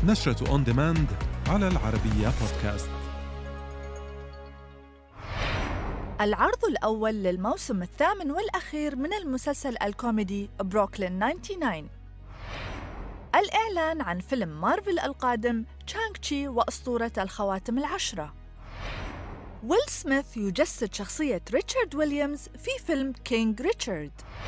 نشرة أون ديماند على العربية بودكاست. العرض الأول للموسم الثامن والأخير من المسلسل الكوميدي بروكلين 99. الإعلان عن فيلم مارفل القادم تشانغ تشي وأسطورة الخواتم العشرة. ويل سميث يجسد شخصية ريتشارد ويليامز في فيلم كينغ ريتشارد.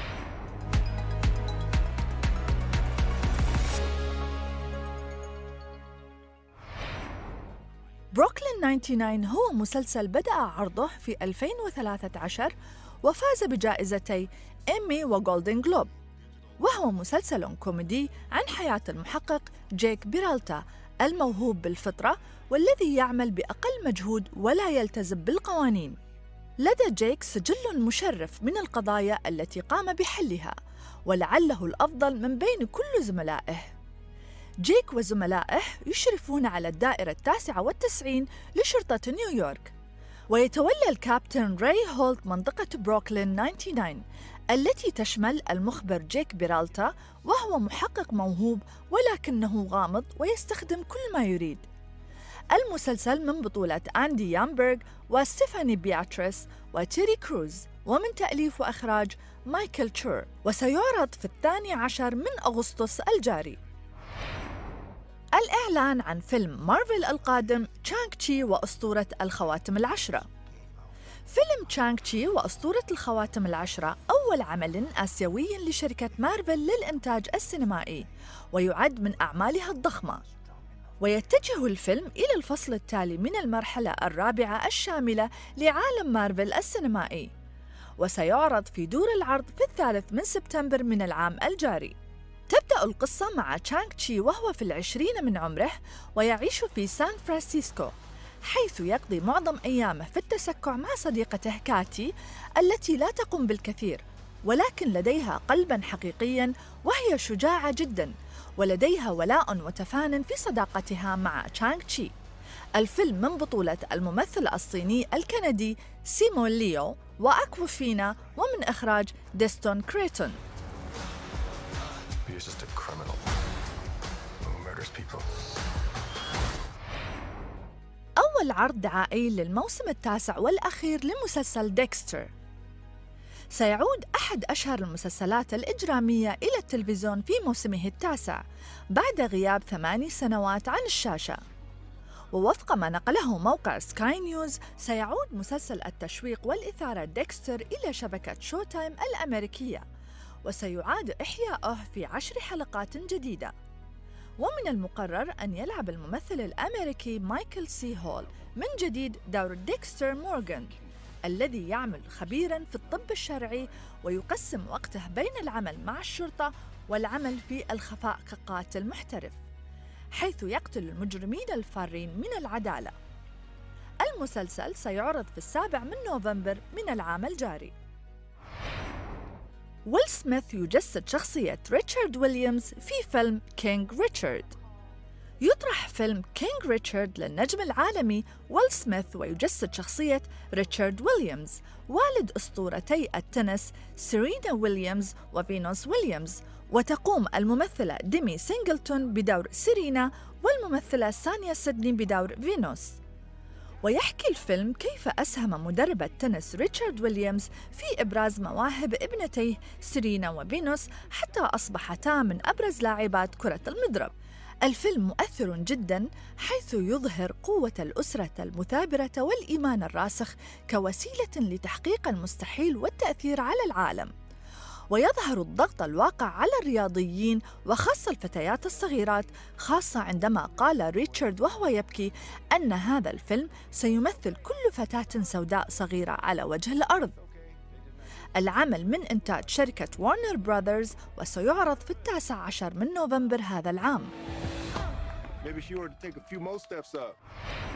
بروكلين 99 هو مسلسل بدأ عرضه في 2013 وفاز بجائزتي إيمي وغولدن جلوب، وهو مسلسل كوميدي عن حياة المحقق جيك بيرالتا الموهوب بالفطرة والذي يعمل بأقل مجهود ولا يلتزم بالقوانين. لدى جيك سجل مشرف من القضايا التي قام بحلها، ولعله الأفضل من بين كل زملائه. جيك وزملائه يشرفون على الدائرة 99 لشرطة نيويورك، ويتولى الكابتن راي هولت منطقة بروكلين 99 التي تشمل المخبر جيك بيرالتا، وهو محقق موهوب ولكنه غامض ويستخدم كل ما يريد. المسلسل من بطولة أندي يامبرغ وستيفاني بياتريس وتيري كروز، ومن تأليف وإخراج مايكل تشور، وسيعرض في 12 من أغسطس الجاري. الإعلان عن فيلم مارفل القادم تشانغ تشي وأسطورة الخواتم العشرة. فيلم تشانغ تشي وأسطورة الخواتم العشرة أول عمل آسيوي لشركة مارفل للإنتاج السينمائي، ويعد من أعمالها الضخمة. ويتجه الفيلم إلى الفصل التالي من المرحلة الرابعة الشاملة لعالم مارفل السينمائي، وسيعرض في دور العرض في 3 سبتمبر من العام الجاري. تبدأ القصة مع تشانغ تشي وهو في 20 من عمره، ويعيش في سان فرانسيسكو، حيث يقضي معظم أيامه في التسكع مع صديقته كاتي التي لا تقوم بالكثير، ولكن لديها قلباً حقيقياً وهي شجاعة جداً، ولديها ولاء وتفان في صداقتها مع تشانغ تشي. الفيلم من بطولة الممثل الصيني الكندي سيمون ليو وأكوافينا، ومن إخراج ديستون كريتون. He's just a criminal who murders people. أول عرض دعائي للموسم التاسع والأخير لمسلسل ديكستر. سيعود أحد أشهر المسلسلات الإجرامية إلى التلفزيون في موسمه التاسع بعد غياب 8 سنوات عن الشاشة. ووفق ما نقله موقع سكاي نيوز، سيعود مسلسل التشويق والإثارة ديكستر إلى شبكة شو تايم الأمريكية، وسيعاد إحياؤه في 10 حلقات جديدة. ومن المقرر أن يلعب الممثل الأمريكي مايكل سي هول من جديد دور ديكستر مورغان، الذي يعمل خبيراً في الطب الشرعي ويقسم وقته بين العمل مع الشرطة والعمل في الخفاء كقاتل محترف، حيث يقتل المجرمين الفارين من العدالة. المسلسل سيعرض في 7 من نوفمبر من العام الجاري. ويل سميث يجسد شخصية ريتشارد ويليامز في فيلم كينغ ريتشارد. يطرح فيلم كينغ ريتشارد للنجم العالمي ويل سميث، ويجسد شخصية ريتشارد ويليامز والد أسطورتي التنس سيرينا ويليامز وفينوس ويليامز، وتقوم الممثلة ديمي سينجلتون بدور سيرينا والممثلة سانيا سيدني بدور فينوس. ويحكي الفيلم كيف أسهم مدرب التنس ريتشارد ويليامز في إبراز مواهب ابنتيه سيرينا وفينوس حتى أصبحتا من أبرز لاعبات كرة المضرب. الفيلم مؤثر جداً، حيث يظهر قوة الأسرة المثابرة والإيمان الراسخ كوسيلة لتحقيق المستحيل والتأثير على العالم. ويظهر الضغط الواقع على الرياضيين وخاصة الفتيات الصغيرات، خاصة عندما قال ريتشارد وهو يبكي أن هذا الفيلم سيمثل كل فتاة سوداء صغيرة على وجه الأرض. العمل من إنتاج شركة وارنر براذرز، وسيعرض في 19 من نوفمبر هذا العام. Maybe she ought to take a few more steps up.